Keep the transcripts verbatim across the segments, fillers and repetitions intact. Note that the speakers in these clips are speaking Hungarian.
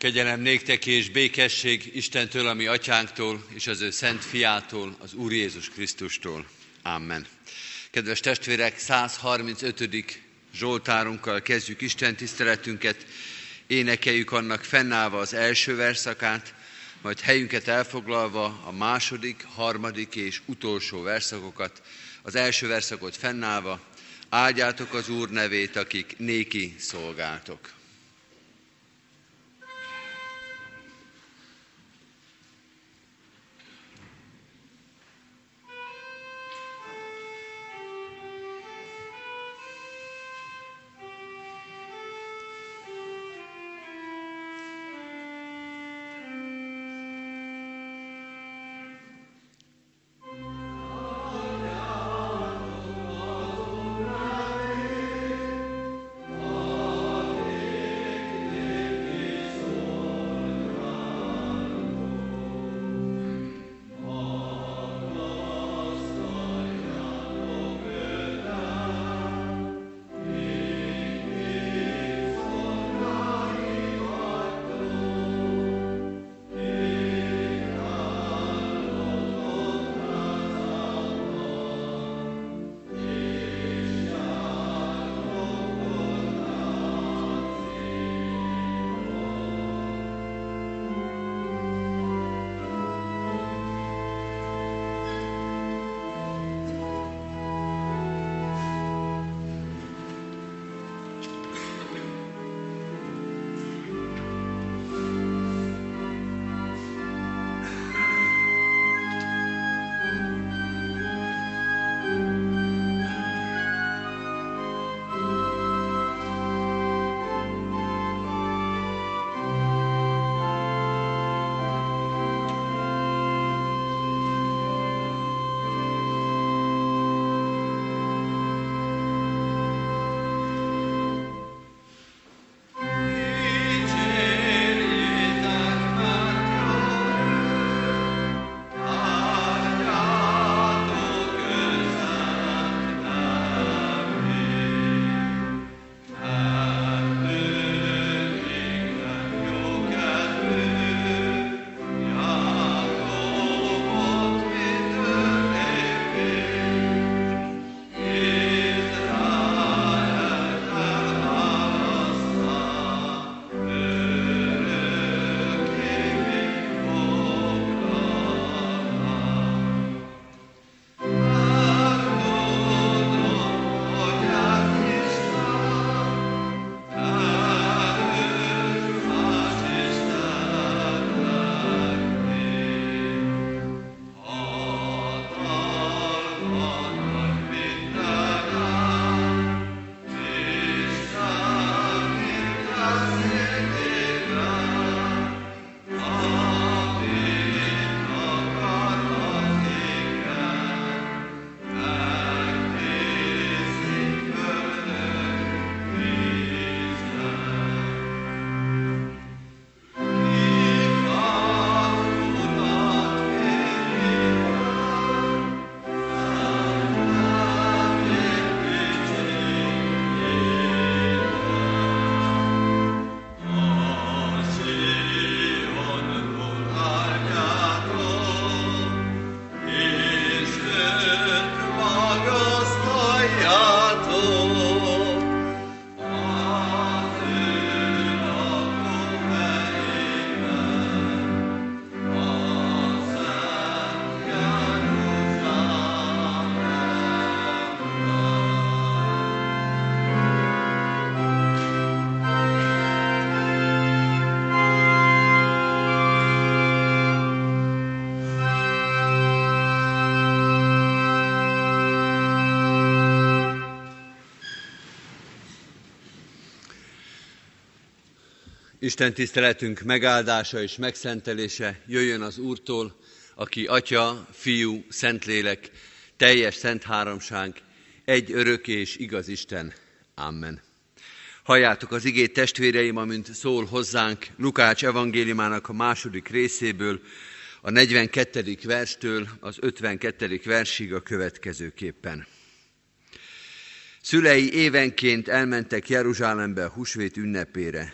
Kegyelem néktek és békesség Istentől, a mi atyánktól, és az ő szent fiától, az Úr Jézus Krisztustól. Amen. Kedves testvérek, száz harmincötödik zsoltárunkkal kezdjük Isten tiszteletünket. Énekeljük annak fennállva az első verszakát, majd helyünket elfoglalva a második, harmadik és utolsó verszakokat. Az első verszakot fennállva: áldjátok az Úr nevét, akik néki szolgáltok. Isten tiszteletünk megáldása és megszentelése jöjjön az Úrtól, aki Atya, Fiú, Szentlélek, teljes szent háromság, egy örök és igaz Isten. Amen. Halljátok az igét, testvéreim, amint szól hozzánk Lukács evangéliumának a második részéből, a negyvenkettedik verstől az ötvenkettedik versig a következőképpen. Szülei évenként elmentek Jeruzsálembe a húsvét ünnepére.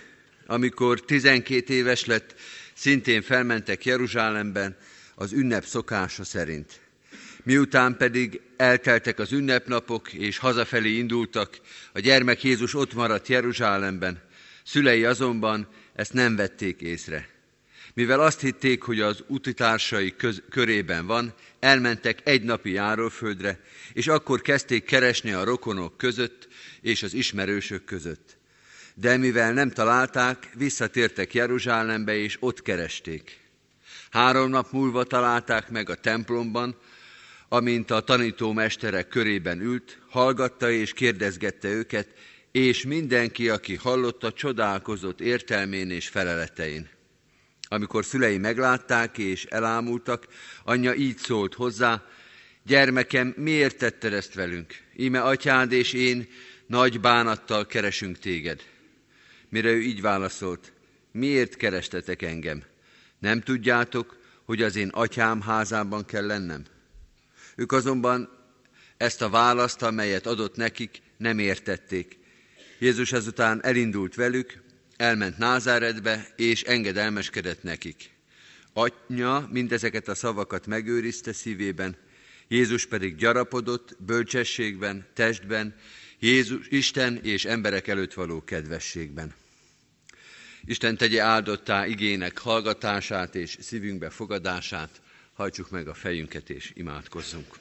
amikor tizenkét éves lett, szintén felmentek Jeruzsálemben az ünnep szokása szerint. Miután pedig elteltek az ünnepnapok, és hazafelé indultak, a gyermek Jézus ott maradt Jeruzsálemben, szülei azonban ezt nem vették észre. Mivel azt hitték, hogy az utitársai köz- körében van, elmentek egy napi járóföldre, és akkor kezdték keresni a rokonok között és az ismerősök között. De mivel nem találták, visszatértek Jeruzsálembe, és ott keresték. Három nap múlva találták meg a templomban, amint a tanítómesterek körében ült, hallgatta és kérdezgette őket, és mindenki, aki hallotta, csodálkozott értelmén és feleletein. Amikor szülei meglátták és elámultak, anyja így szólt hozzá: gyermekem, miért tetted ezt velünk? Íme atyád és én nagy bánattal keresünk téged. Mire ő így válaszolt: miért kerestetek engem? Nem tudjátok, hogy az én atyám házában kell lennem? Ők azonban ezt a választ, amelyet adott nekik, nem értették. Jézus ezután elindult velük, elment Názáretbe, és engedelmeskedett nekik. Anyja mindezeket a szavakat megőrizte szívében, Jézus pedig gyarapodott bölcsességben, testben, Jézus, Isten és emberek előtt való kedvességben. Isten tegye áldottá igének hallgatását és szívünkbe fogadását, hajtsuk meg a fejünket és imádkozzunk.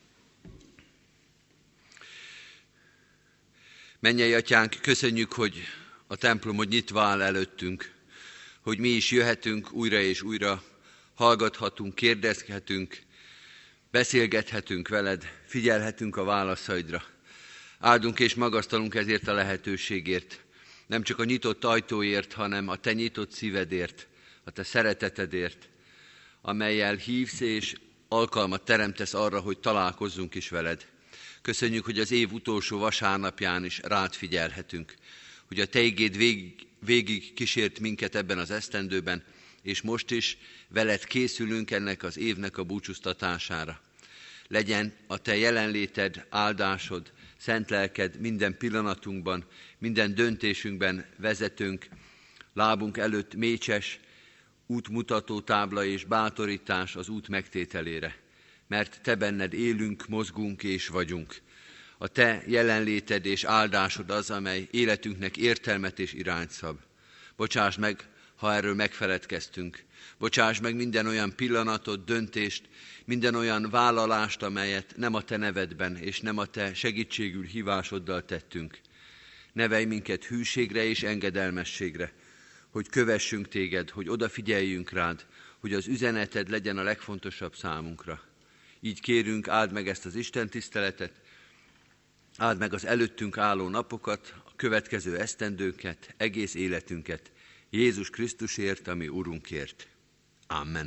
Mennyei Atyánk, köszönjük, hogy a templomod nyitva áll előttünk, hogy mi is jöhetünk újra és újra, hallgathatunk, kérdezhetünk, beszélgethetünk veled, figyelhetünk a válaszaidra. Áldunk és magasztalunk ezért a lehetőségért, nem csak a nyitott ajtóért, hanem a te nyitott szívedért, a te szeretetedért, amellyel hívsz és alkalmat teremtesz arra, hogy találkozzunk is veled. Köszönjük, hogy az év utolsó vasárnapján is rád figyelhetünk, hogy a te igéd végig, végig kísért minket ebben az esztendőben, és most is veled készülünk ennek az évnek a búcsúztatására. Legyen a te jelenléted, áldásod, szent lelked minden pillanatunkban, minden döntésünkben vezetőnk, lábunk előtt mécses, útmutató tábla és bátorítás az út megtételére, mert te benned élünk, mozgunk és vagyunk. A te jelenléted és áldásod az, amely életünknek értelmet és irányt szab. Bocsáss meg, ha erről megfeledkeztünk. Bocsáss meg minden olyan pillanatot, döntést, minden olyan vállalást, amelyet nem a te nevedben és nem a te segítségül hívásoddal tettünk. Nevelj minket hűségre és engedelmességre, hogy kövessünk téged, hogy odafigyeljünk rád, hogy az üzeneted legyen a legfontosabb számunkra. Így kérünk, áld meg ezt az Isten tiszteletet, áld meg az előttünk álló napokat, a következő esztendőket, egész életünket, Jézus Krisztusért, ami Urunkért. Amen.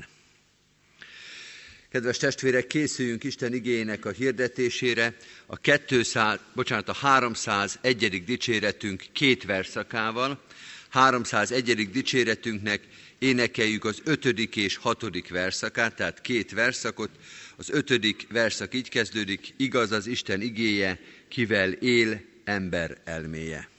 Kedves testvérek, készüljünk Isten igéjének a hirdetésére, a, kétszáz, bocsánat, a háromszázegyedik dicséretünk két verszakával. háromszázegyedik dicséretünknek énekeljük az ötödik és hatodik verszakát, tehát két verszakot. Az ötödik verszak így kezdődik: igaz az Isten igéje, kivel él ember elméje.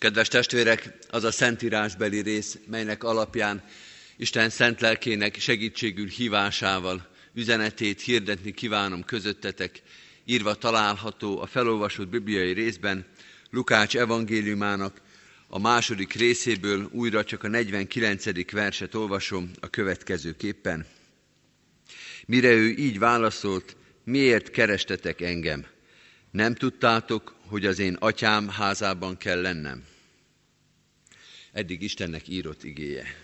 Kedves testvérek, az a szentírásbeli rész, melynek alapján Isten szent lelkének segítségül hívásával üzenetét hirdetni kívánom közöttetek, írva található a felolvasott bibliai részben, Lukács evangéliumának a második részéből újra csak a negyvenkilencedik verset olvasom a következőképpen. Mire ő így válaszolt, miért kerestetek engem? Nem tudtátok, hogy az én atyám házában kell lennem? Eddig Istennek írott igéje.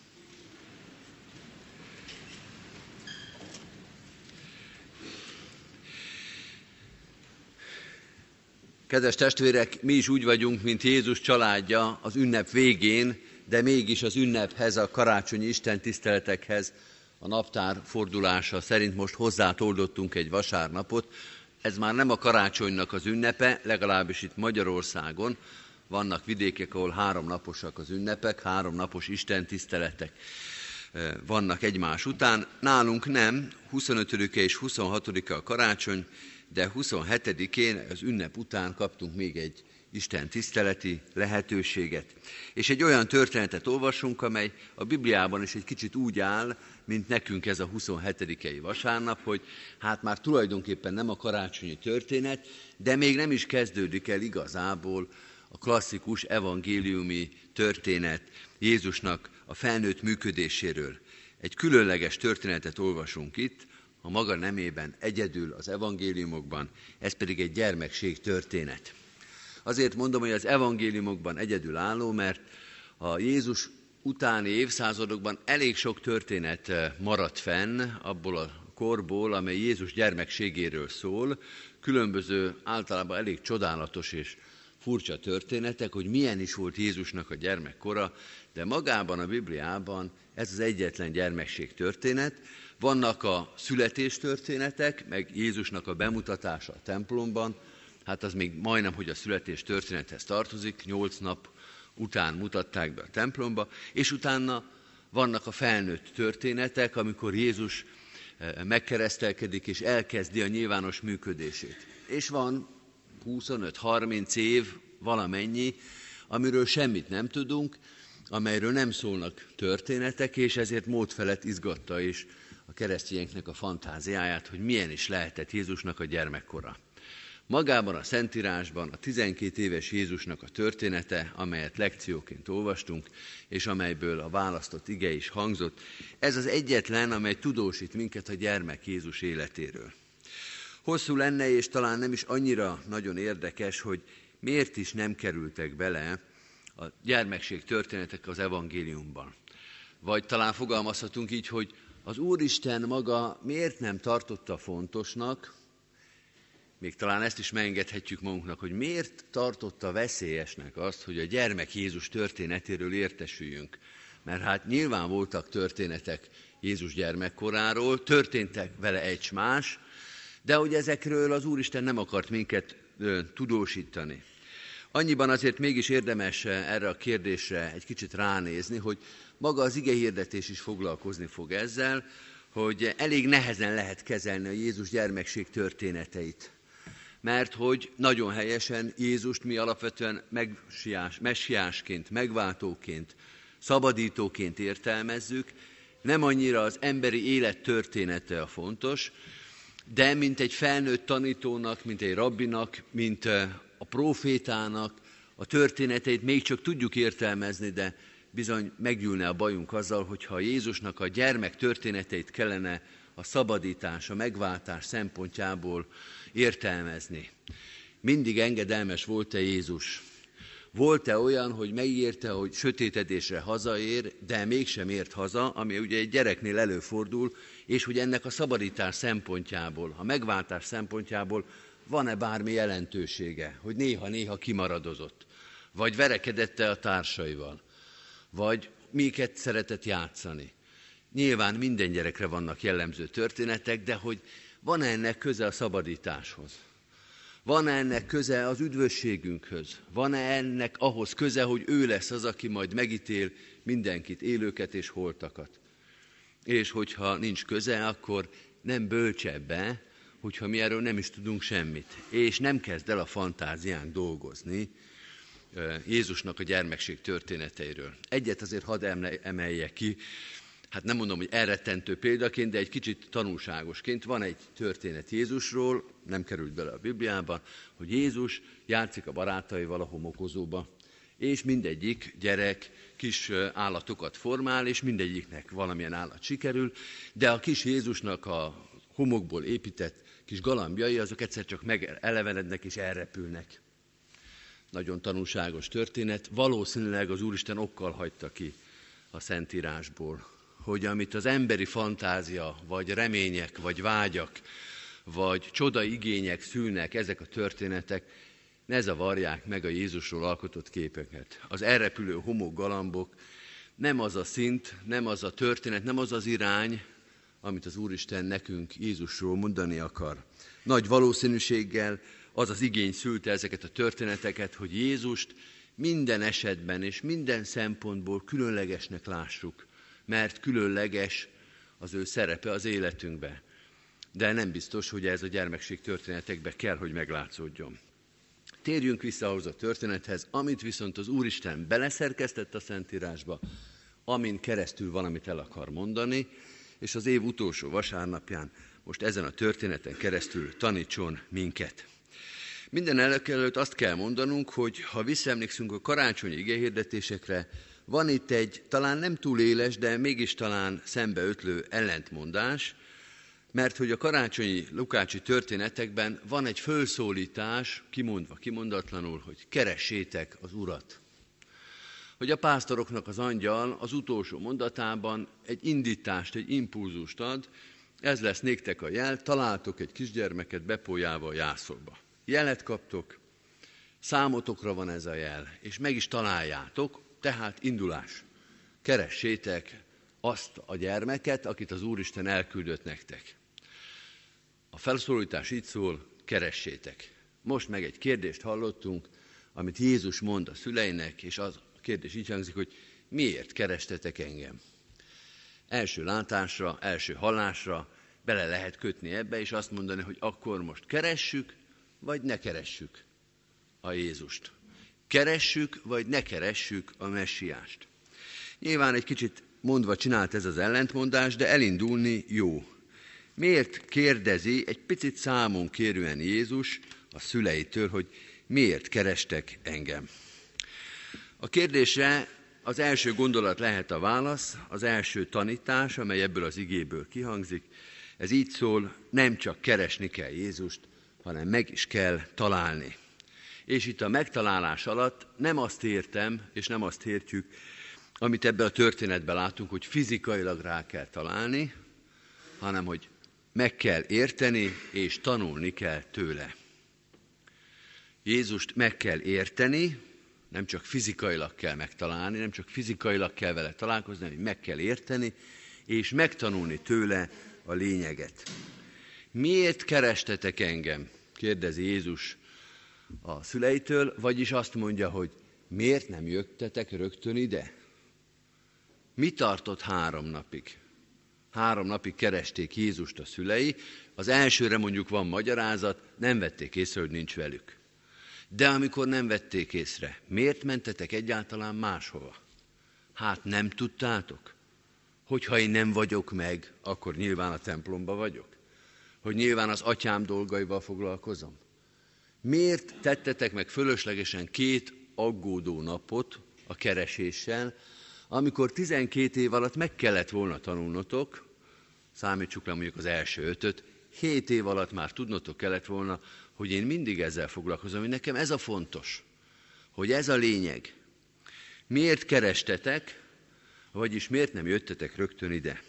Kedves testvérek, mi is úgy vagyunk, mint Jézus családja az ünnep végén, de mégis az ünnephez, a karácsonyi istentiszteletekhez, a naptár fordulása szerint most hozzátoldottunk egy vasárnapot. Ez már nem a karácsonynak az ünnepe, legalábbis itt Magyarországon. Vannak vidékek, ahol háromnaposak az ünnepek, háromnapos istentiszteletek vannak egymás után. Nálunk nem, huszonötödike és huszonhatodika a karácsony, de huszonhetedikén az ünnep után kaptunk még egy Isten tiszteleti lehetőséget. És egy olyan történetet olvasunk, amely a Bibliában is egy kicsit úgy áll, mint nekünk ez a huszonhetedikei vasárnap, hogy hát már tulajdonképpen nem a karácsonyi történet, de még nem is kezdődik el igazából a klasszikus evangéliumi történet Jézusnak a felnőtt működéséről. Egy különleges történetet olvasunk itt, a maga nemében egyedül az evangéliumokban, ez pedig egy gyermekség történet. Azért mondom, hogy az evangéliumokban egyedül álló, mert a Jézus utáni évszázadokban elég sok történet maradt fenn abból a korból, amely Jézus gyermekségéről szól, különböző, általában elég csodálatos és furcsa történetek, hogy milyen is volt Jézusnak a gyermekkora, de magában a Bibliában ez az egyetlen gyermekség történet. Vannak a születéstörténetek, meg Jézusnak a bemutatása a templomban, hát az még majdnem, hogy a születés történethez tartozik, nyolc nap után mutatták be a templomba, és utána vannak a felnőtt történetek, amikor Jézus megkeresztelkedik és elkezdi a nyilvános működését. És van huszonöt-harminc év valamennyi, amiről semmit nem tudunk, amelyről nem szólnak történetek, és ezért módfelett izgatta is a keresztényeknek a fantáziáját, hogy milyen is lehetett Jézusnak a gyermekkora. Magában a Szentírásban a tizenkét éves Jézusnak a története, amelyet lekcióként olvastunk, és amelyből a választott ige is hangzott, ez az egyetlen, amely tudósít minket a gyermek Jézus életéről. Hosszú lenne, és talán nem is annyira nagyon érdekes, hogy miért is nem kerültek bele a gyermekség történetek az evangéliumban. Vagy talán fogalmazhatunk így, hogy az Úristen maga miért nem tartotta fontosnak, még talán ezt is megengedhetjük magunknak, hogy miért tartotta veszélyesnek azt, hogy a gyermek Jézus történetéről értesüljünk. Mert hát nyilván voltak történetek Jézus gyermekkoráról, történtek vele egymás, de hogy ezekről az Úristen nem akart minket ö, tudósítani. Annyiban azért mégis érdemes erre a kérdésre egy kicsit ránézni, hogy maga az igehirdetés is foglalkozni fog ezzel, hogy elég nehezen lehet kezelni a Jézus gyermekség történeteit. Mert hogy nagyon helyesen Jézust mi alapvetően messiás, messiásként, megváltóként, szabadítóként értelmezzük, nem annyira az emberi élet története a fontos, de mint egy felnőtt tanítónak, mint egy rabbinak, mint a prófétának a történeteit még csak tudjuk értelmezni, de bizony meggyűlne a bajunk azzal, hogyha Jézusnak a gyermek történeteit kellene a szabadítás, a megváltás szempontjából értelmezni. Mindig engedelmes volt-e Jézus? Volt-e olyan, hogy megígérte, hogy sötétedésre hazaér, de mégsem ért haza, ami ugye egy gyereknél előfordul, és hogy ennek a szabadítás szempontjából, a megváltás szempontjából van-e bármi jelentősége, hogy néha-néha kimaradozott, vagy verekedette a társaival, vagy miket szeretett játszani. Nyilván minden gyerekre vannak jellemző történetek, de hogy van-e ennek köze a szabadításhoz? Van-e ennek köze az üdvösségünkhöz? Van-e ennek ahhoz köze, hogy ő lesz az, aki majd megítél mindenkit, élőket és holtakat? És hogyha nincs köze, akkor nem bölcsebbe, hogyha mi erről nem is tudunk semmit, és nem kezd el a fantáziánk dolgozni, Jézusnak a gyermekség történeteiről. Egyet azért hadd emeljek ki, hát nem mondom, hogy elrettentő példaként, de egy kicsit tanulságosként. Van egy történet Jézusról, nem került bele a Bibliába, hogy Jézus játszik a barátaival a homokozóba, és mindegyik gyerek kis állatokat formál, és mindegyiknek valamilyen állat sikerül, de a kis Jézusnak a homokból épített kis galambjai, azok egyszer csak megelevenednek és elrepülnek. Nagyon tanulságos történet. Valószínűleg az Úristen okkal hagyta ki a Szentírásból, hogy amit az emberi fantázia, vagy remények, vagy vágyak, vagy csodaigények szülnek, ezek a történetek, ne zavarják meg a Jézusról alkotott képeket. Az elrepülő homokgalambok nem az a szint, nem az a történet, nem az az irány, amit az Úristen nekünk Jézusról mondani akar. Nagy valószínűséggel az az igény szülte ezeket a történeteket, hogy Jézust minden esetben és minden szempontból különlegesnek lássuk, mert különleges az ő szerepe az életünkben. De nem biztos, hogy ez a gyermekség történetekben kell, hogy meglátszódjon. Térjünk vissza ahhoz a történethez, amit viszont az Úristen beleszerkesztett a Szentírásba, amin keresztül valamit el akar mondani, és az év utolsó vasárnapján most ezen a történeten keresztül tanítson minket. Minden előtt azt kell mondanunk, hogy ha visszaemlékszünk a karácsonyi igehirdetésekre, van itt egy talán nem túl éles, de mégis talán szembeötlő ellentmondás, mert hogy a karácsonyi lukácsi történetekben van egy fölszólítás, kimondva kimondatlanul, hogy keressétek az Urat. Hogy a pásztoroknak az angyal az utolsó mondatában egy indítást, egy impulzust ad, ez lesz néktek a jel, találtok egy kisgyermeket bepójálva a jászolba. Jelet kaptok, számotokra van ez a jel, és meg is találjátok, tehát indulás. Keressétek azt a gyermeket, akit az Úristen elküldött nektek. A felszólítás így szól, keressétek. Most meg egy kérdést hallottunk, amit Jézus mond a szüleinek, és az a kérdés így hangzik, hogy miért kerestetek engem? Első látásra, első hallásra bele lehet kötni ebbe, és azt mondani, hogy akkor most keressük, vagy ne keressük a Jézust. Keressük, vagy ne keressük a Messiást. Nyilván egy kicsit mondva csinált ez az ellentmondás, de elindulni jó. Miért kérdezi egy picit számon kérően Jézus a szüleitől, hogy miért kerestek engem? A kérdésre az első gondolat lehet a válasz, az első tanítás, amely ebből az igéből kihangzik. Ez így szól, nem csak keresni kell Jézust, hanem meg is kell találni. És itt a megtalálás alatt nem azt értem, és nem azt értjük, amit ebben a történetben látunk, hogy fizikailag rá kell találni, hanem hogy meg kell érteni, és tanulni kell tőle. Jézust meg kell érteni, nem csak fizikailag kell megtalálni, nem csak fizikailag kell vele találkozni, hanem meg kell érteni, és megtanulni tőle a lényeget. Miért kerestetek engem? Kérdezi Jézus a szüleitől, vagyis azt mondja, hogy miért nem jöttetek rögtön ide? Mi tartott három napig? Három napig keresték Jézust a szülei, az elsőre mondjuk van magyarázat, nem vették észre, hogy nincs velük. De amikor nem vették észre, miért mentetek egyáltalán máshova? Hát nem tudtátok? Hogyha én nem vagyok meg, akkor nyilván a templomba vagyok? Hogy nyilván az atyám dolgaival foglalkozom? Miért tettetek meg fölöslegesen két aggódó napot a kereséssel, amikor tizenkét év alatt meg kellett volna tanulnotok, számítsuk le mondjuk az első ötöt, hét év alatt már tudnotok kellett volna, hogy én mindig ezzel foglalkozom, hogy nekem ez a fontos, hogy ez a lényeg. Miért kerestetek, vagyis miért nem jöttetek rögtön ide?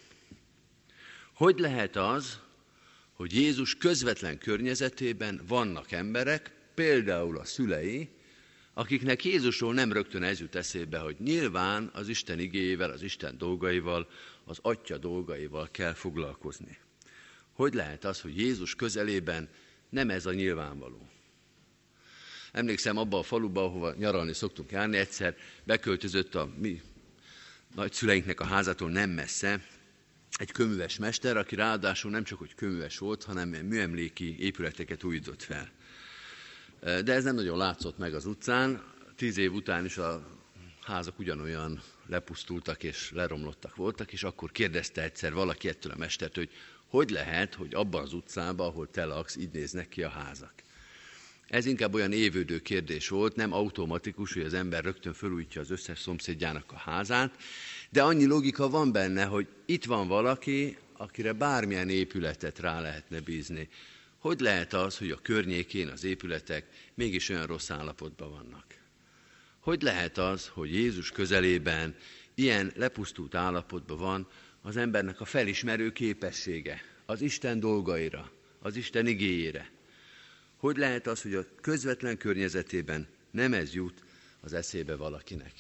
Hogy lehet az, hogy Jézus közvetlen környezetében vannak emberek, például a szülei, akiknek Jézusról nem rögtön ez jut eszébe, hogy nyilván az Isten igéjével, az Isten dolgaival, az Atya dolgaival kell foglalkozni. Hogy lehet az, hogy Jézus közelében nem ez a nyilvánvaló? Emlékszem abba a faluba, ahova nyaralni szoktunk járni, egyszer beköltözött a mi nagyszüleinknek a házától nem messze egy kőműves mester, aki ráadásul nem csak hogy kőműves volt, hanem műemléki épületeket újított fel. De ez nem nagyon látszott meg az utcán, tíz év után is a házak ugyanolyan lepusztultak és leromlottak voltak, és akkor kérdezte egyszer valaki ettől a mestert, hogy hogy lehet, hogy abban az utcában, ahol te laksz, így néznek ki a házak. Ez inkább olyan évődő kérdés volt, nem automatikus, hogy az ember rögtön fölújítja az összes szomszédjának a házát, de annyi logika van benne, hogy itt van valaki, akire bármilyen épületet rá lehetne bízni. Hogy lehet az, hogy a környékén az épületek mégis olyan rossz állapotban vannak? Hogy lehet az, hogy Jézus közelében ilyen lepusztult állapotban van az embernek a felismerő képessége az Isten dolgaira, az Isten igéjére? Hogy lehet az, hogy a közvetlen környezetében nem ez jut az eszébe valakinek?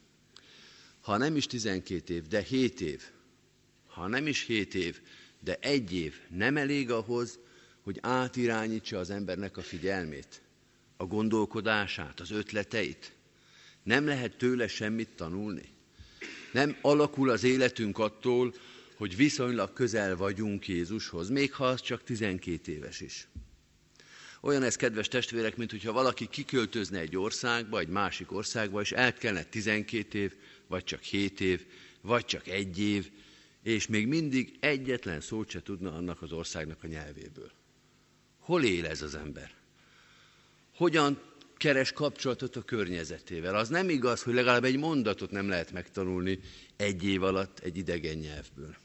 Ha nem is tizenkét év, de hét év, ha nem is hét év, de egy év nem elég ahhoz, hogy átirányítsa az embernek a figyelmét, a gondolkodását, az ötleteit. Nem lehet tőle semmit tanulni. Nem alakul az életünk attól, hogy viszonylag közel vagyunk Jézushoz, még ha az csak tizenkét éves is. Olyan ez, kedves testvérek, mint hogyha valaki kiköltözne egy országba, egy másik országba, és el kellene tizenkét év, vagy csak hét év, vagy csak egy év, és még mindig egyetlen szót se tudna annak az országnak a nyelvéből. Hol él ez az ember? Hogyan keres kapcsolatot a környezetével? Az nem igaz, hogy legalább egy mondatot nem lehet megtanulni egy év alatt egy idegen nyelvből.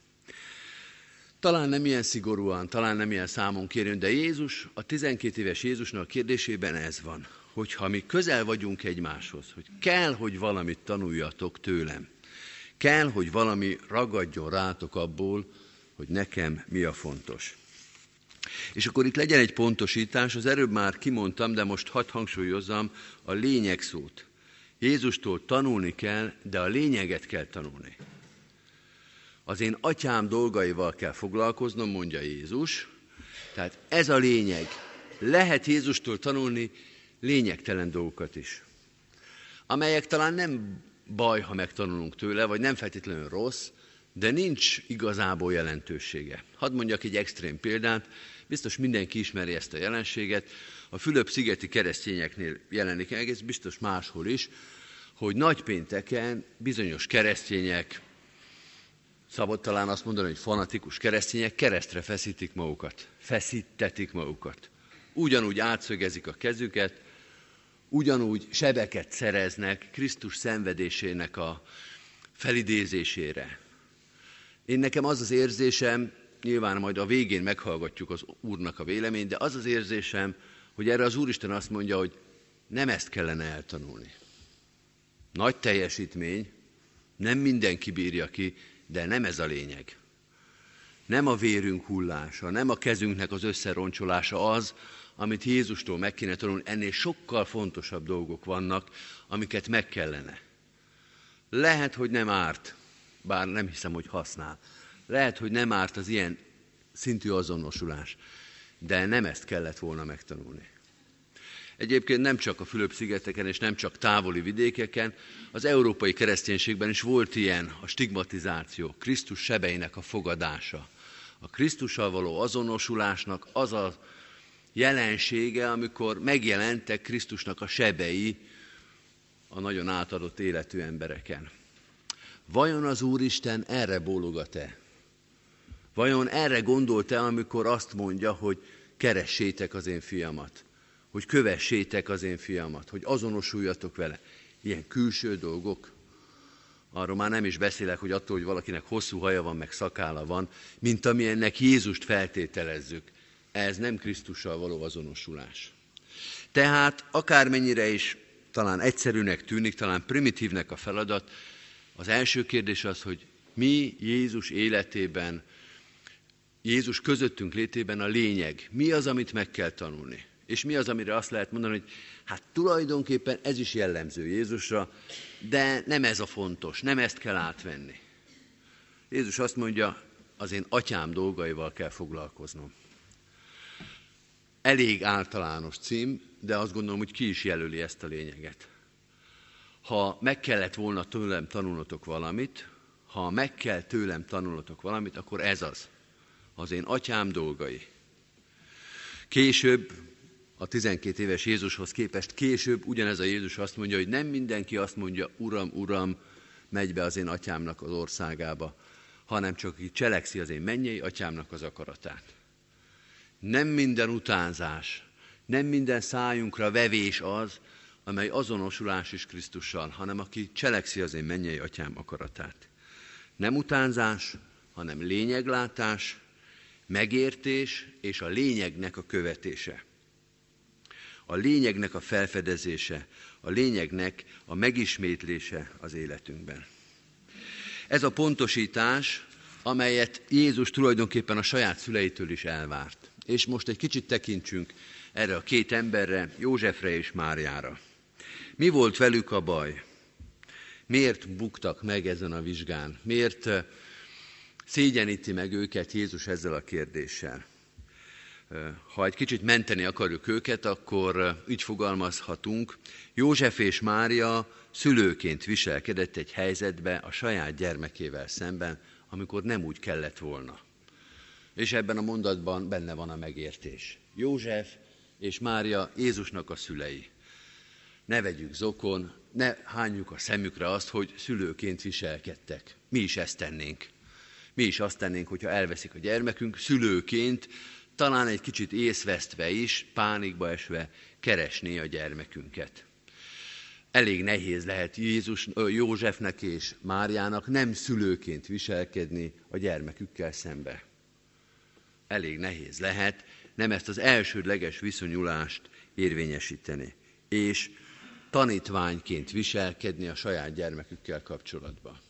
Talán nem ilyen szigorúan, talán nem ilyen számon kérünk, de Jézus, a tizenkét éves Jézusnak a kérdésében ez van, hogyha mi közel vagyunk egymáshoz, hogy kell, hogy valamit tanuljatok tőlem, kell, hogy valami ragadjon rátok abból, hogy nekem mi a fontos. És akkor itt legyen egy pontosítás, az előbb már kimondtam, de most hadd hangsúlyozzam a lényeg szót. Jézustól tanulni kell, de a lényeget kell tanulni. Az én atyám dolgaival kell foglalkoznom, mondja Jézus. Tehát ez a lényeg. Lehet Jézustól tanulni lényegtelen dolgokat is, amelyek talán nem baj, ha megtanulunk tőle, vagy nem feltétlenül rossz, de nincs igazából jelentősége. Hadd mondjak egy extrém példát, biztos mindenki ismeri ezt a jelenséget, a Fülöp-szigeti keresztényeknél jelenik meg, ez biztos máshol is, hogy nagypénteken bizonyos keresztények, szabad talán azt mondani, hogy fanatikus keresztények keresztre feszítik magukat, feszítetik magukat. Ugyanúgy átszögezik a kezüket, ugyanúgy sebeket szereznek Krisztus szenvedésének a felidézésére. Én nekem az az érzésem, nyilván majd a végén meghallgatjuk az Úrnak a véleményt, de az az érzésem, hogy erre az Úristen azt mondja, hogy nem ezt kellene eltanulni. Nagy teljesítmény, nem mindenki bírja ki, de nem ez a lényeg. Nem a vérünk hullása, nem a kezünknek az összeroncsolása az, amit Jézustól meg kéne tanulni, ennél sokkal fontosabb dolgok vannak, amiket meg kellene. Lehet, hogy nem árt, bár nem hiszem, hogy használ. Lehet, hogy nem árt az ilyen szintű azonosulás, de nem ezt kellett volna megtanulni. Egyébként nem csak a Fülöp-szigeteken és nem csak távoli vidékeken, az európai kereszténységben is volt ilyen a stigmatizáció, Krisztus sebeinek a fogadása. A Krisztussal való azonosulásnak az a jelensége, amikor megjelentek Krisztusnak a sebei a nagyon átadott életű embereken. Vajon az Úristen erre bólogat-e? Vajon erre gondolt-e, amikor azt mondja, hogy keressétek az én fiamat, hogy kövessétek az én fiamat, hogy azonosuljatok vele? Ilyen külső dolgok. Arról már nem is beszélek, hogy attól, hogy valakinek hosszú haja van, meg szakálla van, mint amilyennek Jézust feltételezzük. Ez nem Krisztussal való azonosulás. Tehát akármennyire is talán egyszerűnek tűnik, talán primitívnek a feladat, az első kérdés az, hogy mi Jézus életében, Jézus közöttünk létében a lényeg. Mi az, amit meg kell tanulni? És mi az, amire azt lehet mondani, hogy hát tulajdonképpen ez is jellemző Jézusra, de nem ez a fontos, nem ezt kell átvenni. Jézus azt mondja, az én atyám dolgaival kell foglalkoznom. Elég általános cím, de azt gondolom, hogy ki is jelöli ezt a lényeget. Ha meg kellett volna tőlem tanulnotok valamit, ha meg kell tőlem tanulnotok valamit, akkor ez az, az én atyám dolgai. Később a tizenkét éves Jézushoz képest később ugyanez a Jézus azt mondja, hogy nem mindenki azt mondja, Uram, Uram, megy be az én atyámnak az országába, hanem csak aki cselekszi az én mennyei atyámnak az akaratát. Nem minden utánzás, nem minden szájunkra vevés az, amely azonosulás is Krisztussal, hanem aki cselekszi az én mennyei atyám akaratát. Nem utánzás, hanem lényeglátás, megértés és a lényegnek a követése. A lényegnek a felfedezése, a lényegnek a megismétlése az életünkben. Ez a pontosítás, amelyet Jézus tulajdonképpen a saját szüleitől is elvárt. És most egy kicsit tekintsünk erre a két emberre, Józsefre és Máriára. Mi volt velük a baj? Miért buktak meg ezen a vizsgán? Miért szégyeníti meg őket Jézus ezzel a kérdéssel? Ha egy kicsit menteni akarjuk őket, akkor így fogalmazhatunk, József és Mária szülőként viselkedett egy helyzetbe a saját gyermekével szemben, amikor nem úgy kellett volna. És ebben a mondatban benne van a megértés. József és Mária Jézusnak a szülei. Ne vegyük zokon, ne hányjuk a szemükre azt, hogy szülőként viselkedtek. Mi is ezt tennénk. Mi is azt tennénk, hogyha elveszik a gyermekünk, szülőként talán egy kicsit észvesztve is, pánikba esve keresné a gyermekünket. Elég nehéz lehet Jézus, Józsefnek és Máriának nem szülőként viselkedni a gyermekükkel szembe. Elég nehéz lehet nem ezt az elsődleges viszonyulást érvényesíteni, és tanítványként viselkedni a saját gyermekükkel kapcsolatban.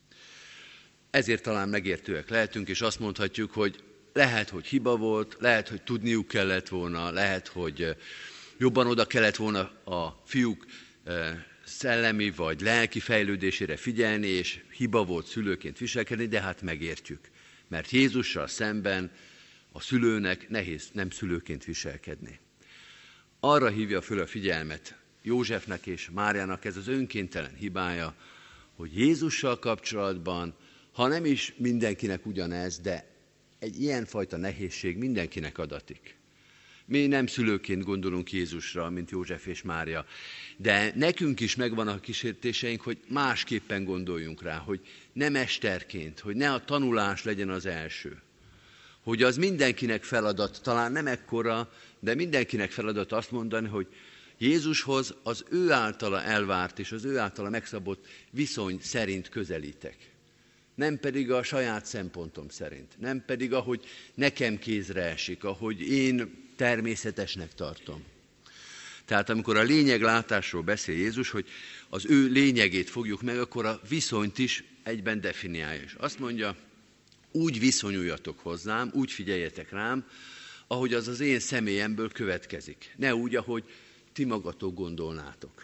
Ezért talán megértőek lehetünk, és azt mondhatjuk, hogy lehet, hogy hiba volt, lehet, hogy tudniuk kellett volna, lehet, hogy jobban oda kellett volna a fiúk szellemi vagy lelki fejlődésére figyelni, és hiba volt szülőként viselkedni, de hát megértjük. Mert Jézussal szemben a szülőnek nehéz nem szülőként viselkedni. Arra hívja föl a figyelmet Józsefnek és Máriának ez az önkéntelen hibája, hogy Jézussal kapcsolatban, ha nem is mindenkinek ugyanez, de egy ilyenfajta nehézség mindenkinek adatik. Mi nem szülőként gondolunk Jézusra, mint József és Mária, de nekünk is megvan a kísértéseink, hogy másképpen gondoljunk rá, hogy ne mesterként, hogy ne a tanulás legyen az első. Hogy az mindenkinek feladat, talán nem ekkora, de mindenkinek feladat azt mondani, hogy Jézushoz az ő általa elvárt és az ő általa megszabott viszony szerint közelítek. Nem pedig a saját szempontom szerint, nem pedig ahogy nekem kézre esik, ahogy én természetesnek tartom. Tehát amikor a lényeglátásról beszél Jézus, hogy az ő lényegét fogjuk meg, akkor a viszonyt is egyben definiálja. És azt mondja, úgy viszonyuljatok hozzám, úgy figyeljetek rám, ahogy az az én személyemből következik. Ne úgy, ahogy ti magatok gondolnátok.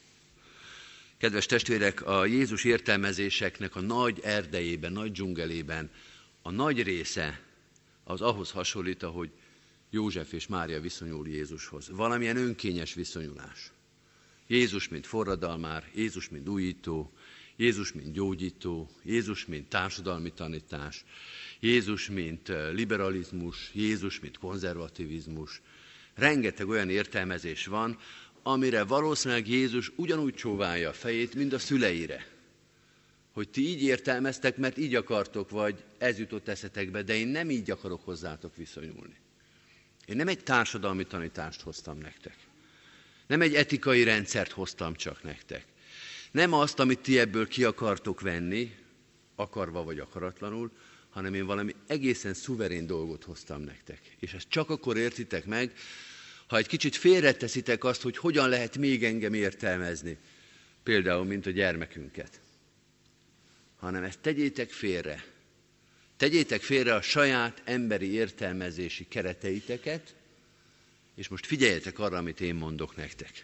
Kedves testvérek, a Jézus értelmezéseknek a nagy erdejében, nagy dzsungelében a nagy része az ahhoz hasonlít, ahogy József és Mária viszonyul Jézushoz. Valamilyen önkényes viszonyulás. Jézus, mint forradalmár, Jézus, mint újító, Jézus, mint gyógyító, Jézus, mint társadalmi tanítás, Jézus, mint liberalizmus, Jézus, mint konzervativizmus. Rengeteg olyan értelmezés van, amire valószínűleg Jézus ugyanúgy csóválja a fejét, mint a szüleire. Hogy ti így értelmeztek, mert így akartok, vagy ez jutott eszetekbe, de én nem így akarok hozzátok viszonyulni. Én nem egy társadalmi tanítást hoztam nektek. Nem egy etikai rendszert hoztam csak nektek. Nem azt, amit ti ebből ki akartok venni, akarva vagy akaratlanul, hanem én valami egészen szuverén dolgot hoztam nektek. És ezt csak akkor értitek meg, ha egy kicsit félreteszitek azt, hogy hogyan lehet még engem értelmezni, például, mint a gyermekünket. Hanem ezt tegyétek félre. Tegyétek félre a saját emberi értelmezési kereteiteket, és most figyeljetek arra, amit én mondok nektek.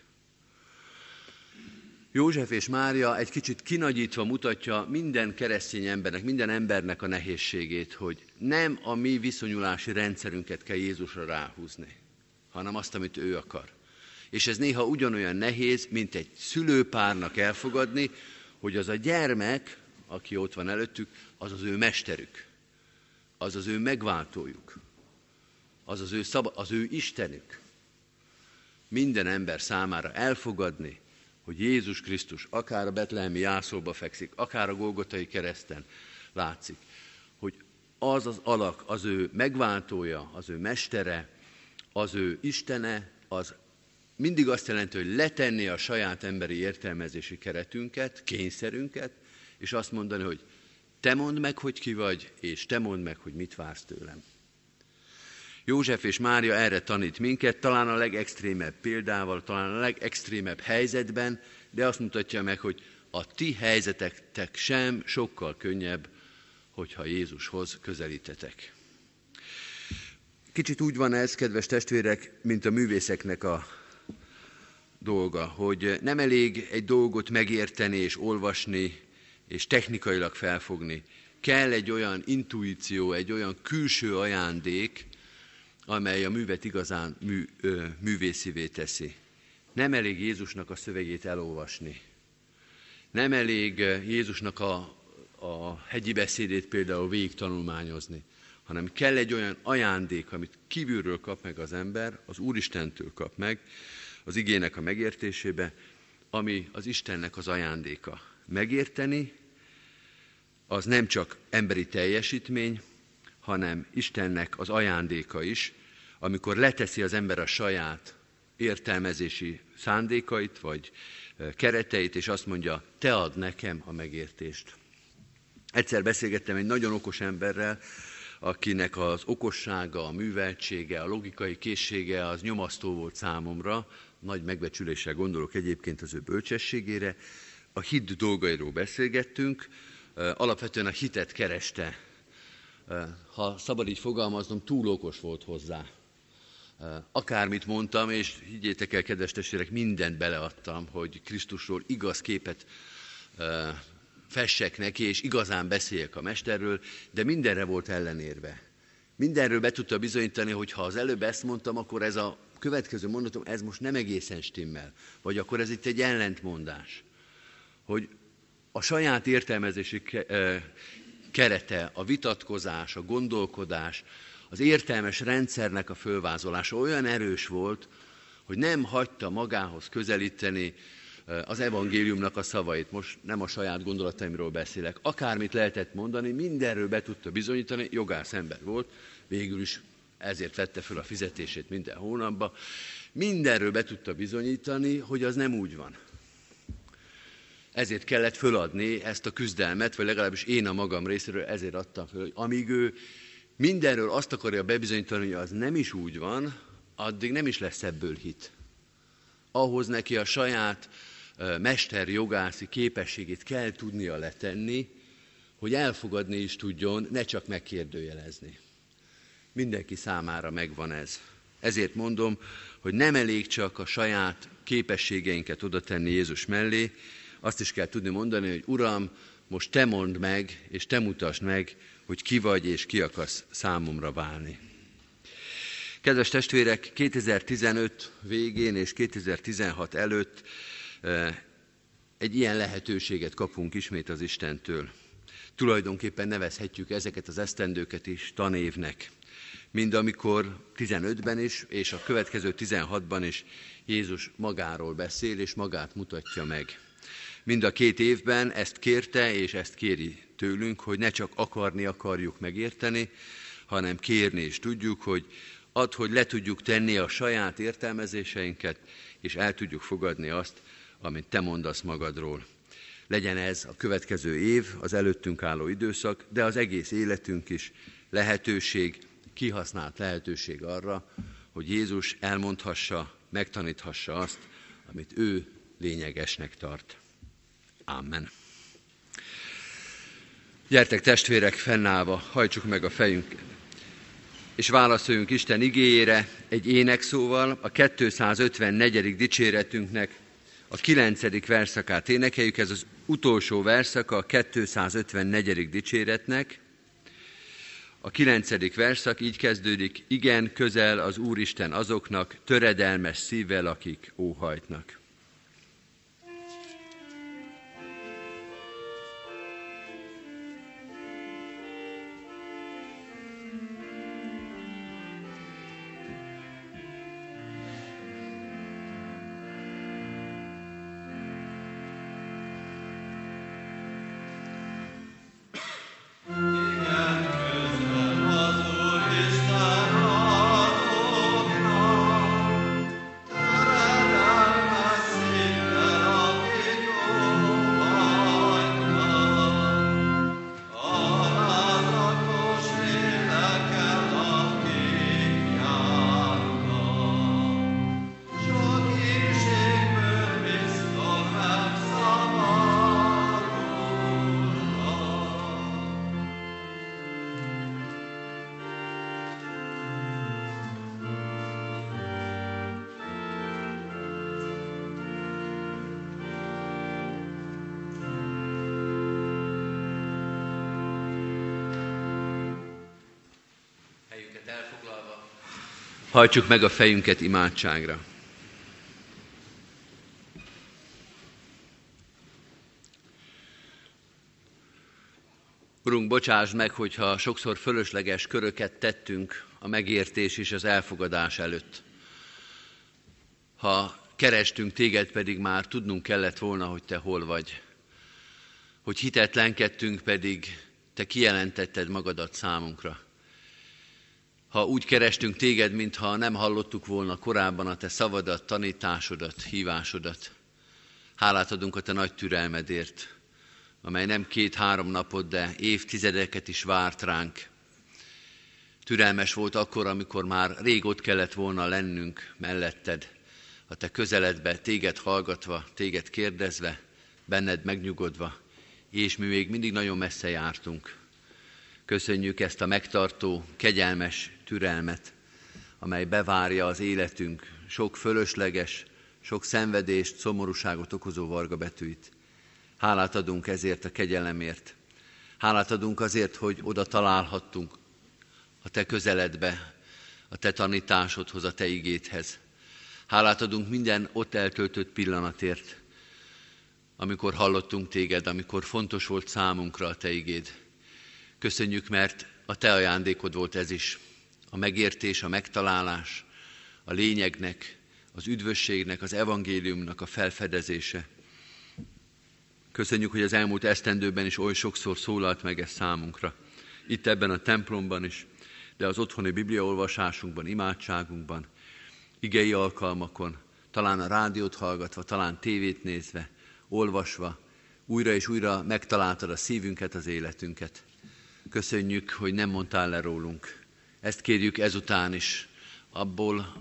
József és Mária egy kicsit kinagyítva mutatja minden keresztény embernek, minden embernek a nehézségét, hogy nem a mi viszonyulási rendszerünket kell Jézusra ráhúzni, hanem azt, amit ő akar. És ez néha ugyanolyan nehéz, mint egy szülőpárnak elfogadni, hogy az a gyermek, aki ott van előttük, az az ő mesterük, az az ő megváltójuk, az az ő, szab- az ő istenük. minden ember számára elfogadni, hogy Jézus Krisztus akár a betlehemi jászolba fekszik, akár a Golgotai kereszten látszik, hogy az az alak, az ő megváltója, az ő mestere, az ő Istene, az mindig azt jelenti, hogy letenni a saját emberi értelmezési keretünket, kényszerünket, és azt mondani, hogy te mondd meg, hogy ki vagy, és te mondd meg, hogy mit vársz tőlem. József és Mária erre tanít minket, talán a legextrémebb példával, talán a legextrémebb helyzetben, de azt mutatja meg, hogy a ti helyzetetek sem sokkal könnyebb, hogyha Jézushoz közelítetek. Kicsit úgy van ez, kedves testvérek, mint a művészeknek a dolga, hogy nem elég egy dolgot megérteni és olvasni, és technikailag felfogni. Kell egy olyan intuíció, egy olyan külső ajándék, amely a művet igazán mű, ö, művészivé teszi. Nem elég Jézusnak a szövegét elolvasni. Nem elég Jézusnak a, a hegyi beszédét például végig tanulmányozni, hanem kell egy olyan ajándék, amit kívülről kap meg az ember, az Úristentől kap meg, az igének a megértésébe, ami az Istennek az ajándéka. Megérteni, az nem csak emberi teljesítmény, hanem Istennek az ajándéka is, amikor leteszi az ember a saját értelmezési szándékait, vagy kereteit, és azt mondja, te add nekem a megértést. Egyszer beszélgettem egy nagyon okos emberrel, akinek az okossága, a műveltsége, a logikai készsége az nyomasztó volt számomra, nagy megbecsüléssel gondolok egyébként az ő bölcsességére. A hit dolgairól beszélgettünk, alapvetően a hitet kereste. Ha szabad így fogalmaznom, túl okos volt hozzá. Akármit mondtam, és higgyétek el, kedves testvérek, mindent beleadtam, hogy Krisztusról igaz képet fessek neki, és igazán beszéljek a mesterről, de mindenre volt ellenérve. Mindenről be tudta bizonyítani, hogy ha az előbb ezt mondtam, akkor ez a következő mondatom, ez most nem egészen stimmel, vagy akkor ez itt egy ellentmondás. Hogy a saját értelmezési kerete, a vitatkozás, a gondolkodás, az értelmes rendszernek a fölvázolása olyan erős volt, hogy nem hagyta magához közelíteni az evangéliumnak a szavait. Most nem a saját gondolataimról beszélek. Akármit lehetett mondani, mindenről be tudta bizonyítani, jogász ember volt, végül is ezért vette föl a fizetését minden hónapban. Mindenről be tudta bizonyítani, hogy az nem úgy van. Ezért kellett föladni ezt a küzdelmet, vagy legalábbis én a magam részéről ezért adtam föl, hogy amíg ő mindenről azt akarja bebizonyítani, hogy az nem is úgy van, addig nem is lesz ebből hit. Ahhoz neki a saját mesterjogászi képességét kell tudnia letenni, hogy elfogadni is tudjon, ne csak megkérdőjelezni. Mindenki számára megvan ez. Ezért mondom, hogy nem elég csak a saját képességeinket oda tenni Jézus mellé, azt is kell tudni mondani, hogy Uram, most te mondd meg, és te mutasd meg, hogy ki vagy, és ki akarsz számomra válni. Kedves testvérek, kétezer-tizenöt végén és kétezer-tizenhat előtt egy ilyen lehetőséget kapunk ismét az Istentől. Tulajdonképpen nevezhetjük ezeket az esztendőket is tanévnek. Mind amikor tizenötben is, és a következő tizenhatban is Jézus magáról beszél, és magát mutatja meg. Mind a két évben ezt kérte, és ezt kéri tőlünk, hogy ne csak akarni akarjuk megérteni, hanem kérni is tudjuk, hogy add, hogy le tudjuk tenni a saját értelmezéseinket, és el tudjuk fogadni azt, amit te mondasz magadról. Legyen ez a következő év, az előttünk álló időszak, de az egész életünk is lehetőség, kihasznált lehetőség arra, hogy Jézus elmondhassa, megtaníthassa azt, amit ő lényegesnek tart. Amen. Gyertek testvérek, fennállva, hajtsuk meg a fejünket, és válaszoljunk Isten igéjére egy énekszóval, a kétszázötvennegyedik dicséretünknek a kilencedik verszakát énekeljük, ez az utolsó verszaka a kétszázötvennegyedik dicséretnek. A kilencedik verszak így kezdődik, igen, közel az Úristen azoknak, töredelmes szívvel, akik óhajtnak. helyünket elfoglalva, hajtsuk meg a fejünket imádságra. Urunk, bocsásd meg, hogyha sokszor fölösleges köröket tettünk a megértés és az elfogadás előtt. Ha kerestünk téged, pedig már tudnunk kellett volna, hogy te hol vagy. Hogy hitetlenkedtünk, pedig te kijelentetted magadat számunkra. Ha úgy kerestünk téged, mintha nem hallottuk volna korábban a te szavadat, tanításodat, hívásodat. Hálát adunk a te nagy türelmedért, amely nem két-három napot, de évtizedeket is várt ránk. Türelmes volt akkor, amikor már rég ott kellett volna lennünk melletted, a te közeledbe, téged hallgatva, téged kérdezve, benned megnyugodva, és mi még mindig nagyon messze jártunk. Köszönjük ezt a megtartó, kegyelmes türelmet, amely bevárja az életünk sok fölösleges, sok szenvedést, szomorúságot okozó vargabetűit. Hálát adunk ezért a kegyelemért. Hálát adunk azért, hogy oda találhattunk a te közeledbe, a te tanításodhoz, a te igédhez. Hálát adunk minden ott eltöltött pillanatért, amikor hallottunk téged, amikor fontos volt számunkra a te igéd. Köszönjük, mert a te ajándékod volt ez is. A megértés, a megtalálás, a lényegnek, az üdvösségnek, az evangéliumnak a felfedezése. Köszönjük, hogy az elmúlt esztendőben is oly sokszor szólalt meg ez számunkra. Itt ebben a templomban is, de az otthoni bibliaolvasásunkban, imádságunkban, igei alkalmakon, talán a rádiót hallgatva, talán tévét nézve, olvasva, újra és újra megtaláltad a szívünket, az életünket. Köszönjük, hogy nem mondtál le rólunk. Ezt kérjük ezután is, abból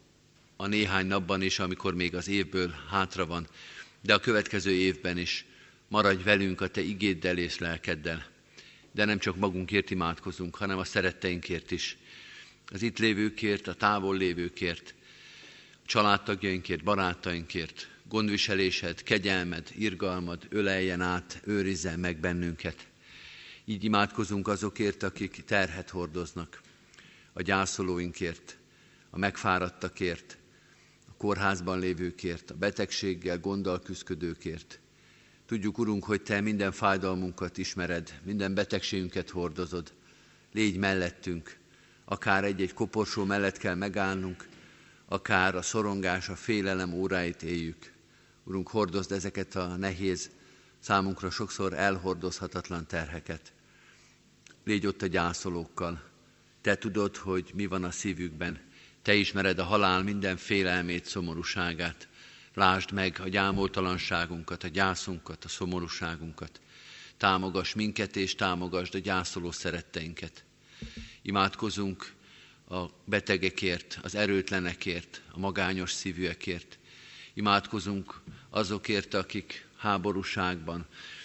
a néhány napban is, amikor még az évből hátra van, de a következő évben is maradj velünk a te igéddel és lelkeddel. De nem csak magunkért imádkozunk, hanem a szeretteinkért is. Az itt lévőkért, a távol lévőkért, a családtagjainkért, barátainkért, gondviselésed, kegyelmed, irgalmad öleljen át, őrizzen meg bennünket. Így imádkozunk azokért, akik terhet hordoznak, a gyászolóinkért, a megfáradtakért, a kórházban lévőkért, a betegséggel, gonddal küszködőkért. Tudjuk, Urunk, hogy te minden fájdalmunkat ismered, minden betegségünket hordozod. Légy mellettünk, akár egy-egy koporsó mellett kell megállnunk, akár a szorongás, a félelem óráit éljük. Urunk, hordozd ezeket a nehéz, számunkra sokszor elhordozhatatlan terheket. Légy ott a gyászolókkal. Te tudod, hogy mi van a szívükben. Te ismered a halál minden félelmét, szomorúságát. Lásd meg a gyámoltalanságunkat, a gyászunkat, a szomorúságunkat. Támogass minket és támogasd a gyászoló szeretteinket. Imádkozunk a betegekért, az erőtlenekért, a magányos szívűekért. Imádkozunk azokért, akik háborúságban,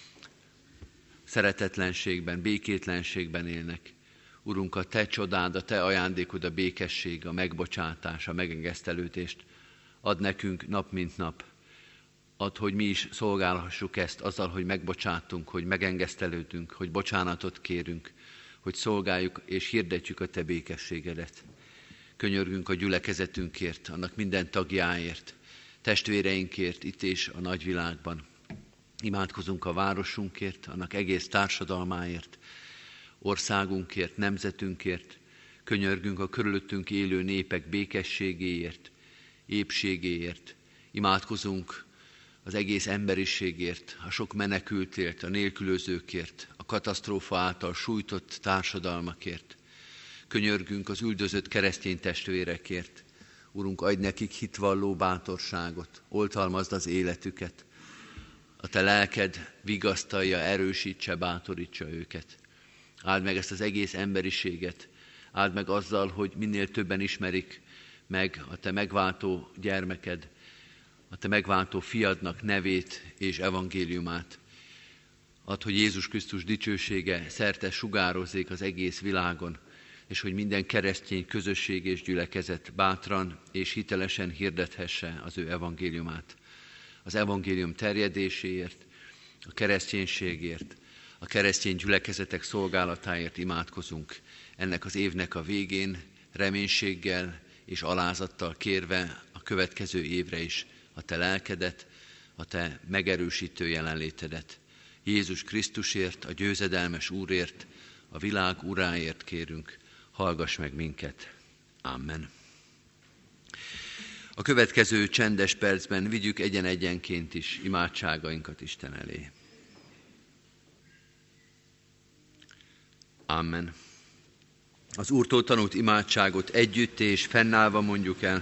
szeretetlenségben, békétlenségben élnek. Urunk, a te csodád, a te ajándékod, a békesség, a megbocsátás, a megengesztelődést ad nekünk nap mint nap. Add, hogy mi is szolgálhassuk ezt azzal, hogy megbocsátunk, hogy megengesztelődünk, hogy bocsánatot kérünk, hogy szolgáljuk és hirdetjük a te békességedet. Könyörgünk a gyülekezetünkért, annak minden tagjáért, testvéreinkért itt és a nagyvilágban. Imádkozunk a városunkért, annak egész társadalmáért, országunkért, nemzetünkért. Könyörgünk a körülöttünk élő népek békességéért, épségéért. Imádkozunk az egész emberiségért, a sok menekültért, a nélkülözőkért, a katasztrófa által sújtott társadalmakért. Könyörgünk az üldözött keresztény testvérekért. Urunk, adj nekik hitvalló bátorságot, oltalmazd az életüket. A te lelked vigasztalja, erősítse, bátorítsa őket. Áld meg ezt az egész emberiséget. Áld meg azzal, hogy minél többen ismerik meg a te megváltó gyermeked, a te megváltó fiadnak nevét és evangéliumát. Add, hogy Jézus Krisztus dicsősége szerte sugározzék az egész világon, és hogy minden keresztény közösség és gyülekezet bátran és hitelesen hirdethesse az ő evangéliumát. Az evangélium terjedéséért, a kereszténységért, a keresztény gyülekezetek szolgálatáért imádkozunk. ennek az évnek a végén reménységgel és alázattal kérve a következő évre is a te lelkedet, a te megerősítő jelenlétedet. Jézus Krisztusért, a győzedelmes Úrért, a világ Uráért kérünk, hallgass meg minket. Amen. A következő csendes percben vigyük egyen-egyenként is imádságainkat Isten elé. Amen. Az Úrtól tanult imádságot együtt és fennállva mondjuk el.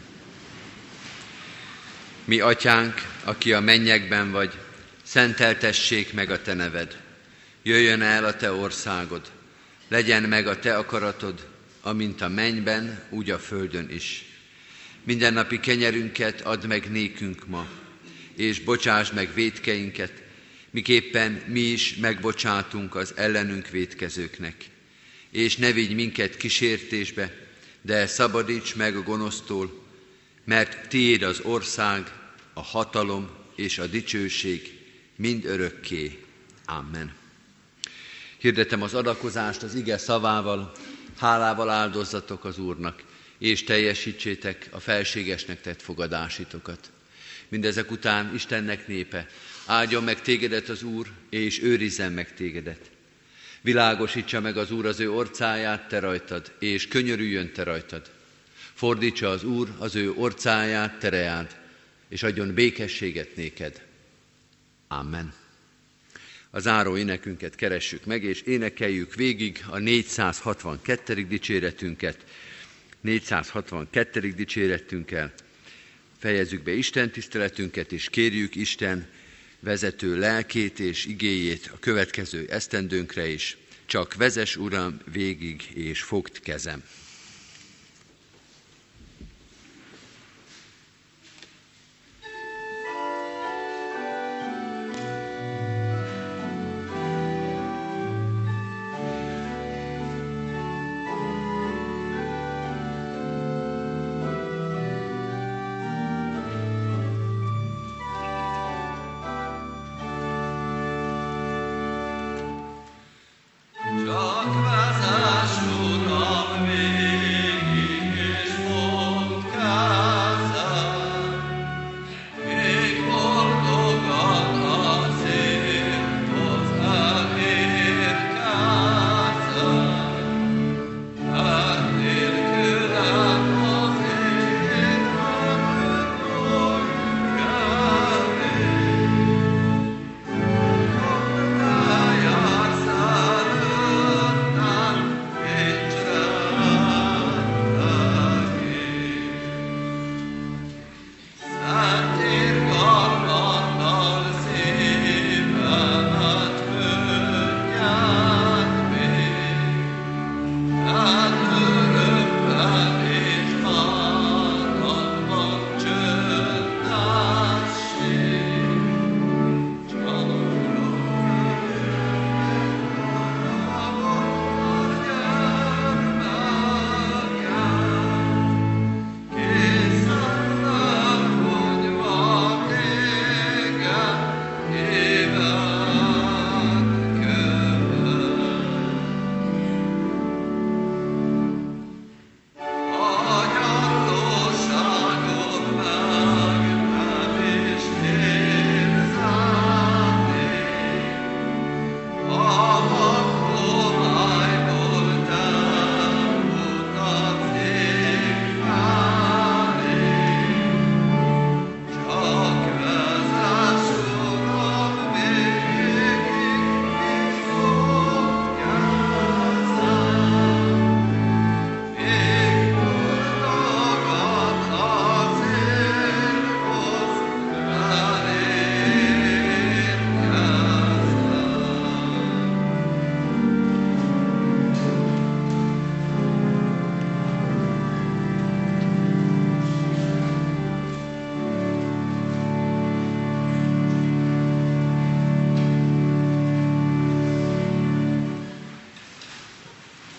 Mi atyánk, aki a mennyekben vagy, szenteltessék meg a te neved. Jöjjön el a te országod. Legyen meg a te akaratod, amint a mennyben, úgy a földön is. Mindennapi kenyerünket add meg nékünk ma, és bocsásd meg vétkeinket, miképpen mi is megbocsátunk az ellenünk vétkezőknek. És ne vigy minket kísértésbe, de szabadíts meg a gonosztól, mert tiéd az ország, a hatalom és a dicsőség mind örökké. Amen. Hirdetem az adakozást az ige szavával, hálával áldozzatok az Úrnak, és teljesítsétek a felségesnek tett fogadásitokat. Mindezek után Istennek népe, áldjon meg tégedet az Úr, és őrizzen meg tégedet. Világosítsa meg az Úr az ő orcáját te rajtad, és könyörüljön te rajtad. Fordítsa az Úr az ő orcáját te reád, és adjon békességet néked. Amen. A záró énekünket keressük meg, és énekeljük végig a négyszázhatvankettedik dicséretünket. négyszázhatvankettedik dicséretünkkel fejezzük be Isten tiszteletünket, és kérjük Isten vezető lelkét és igéjét a következő esztendőnkre is. Csak vezess, Uram, végig, és fogd kezem.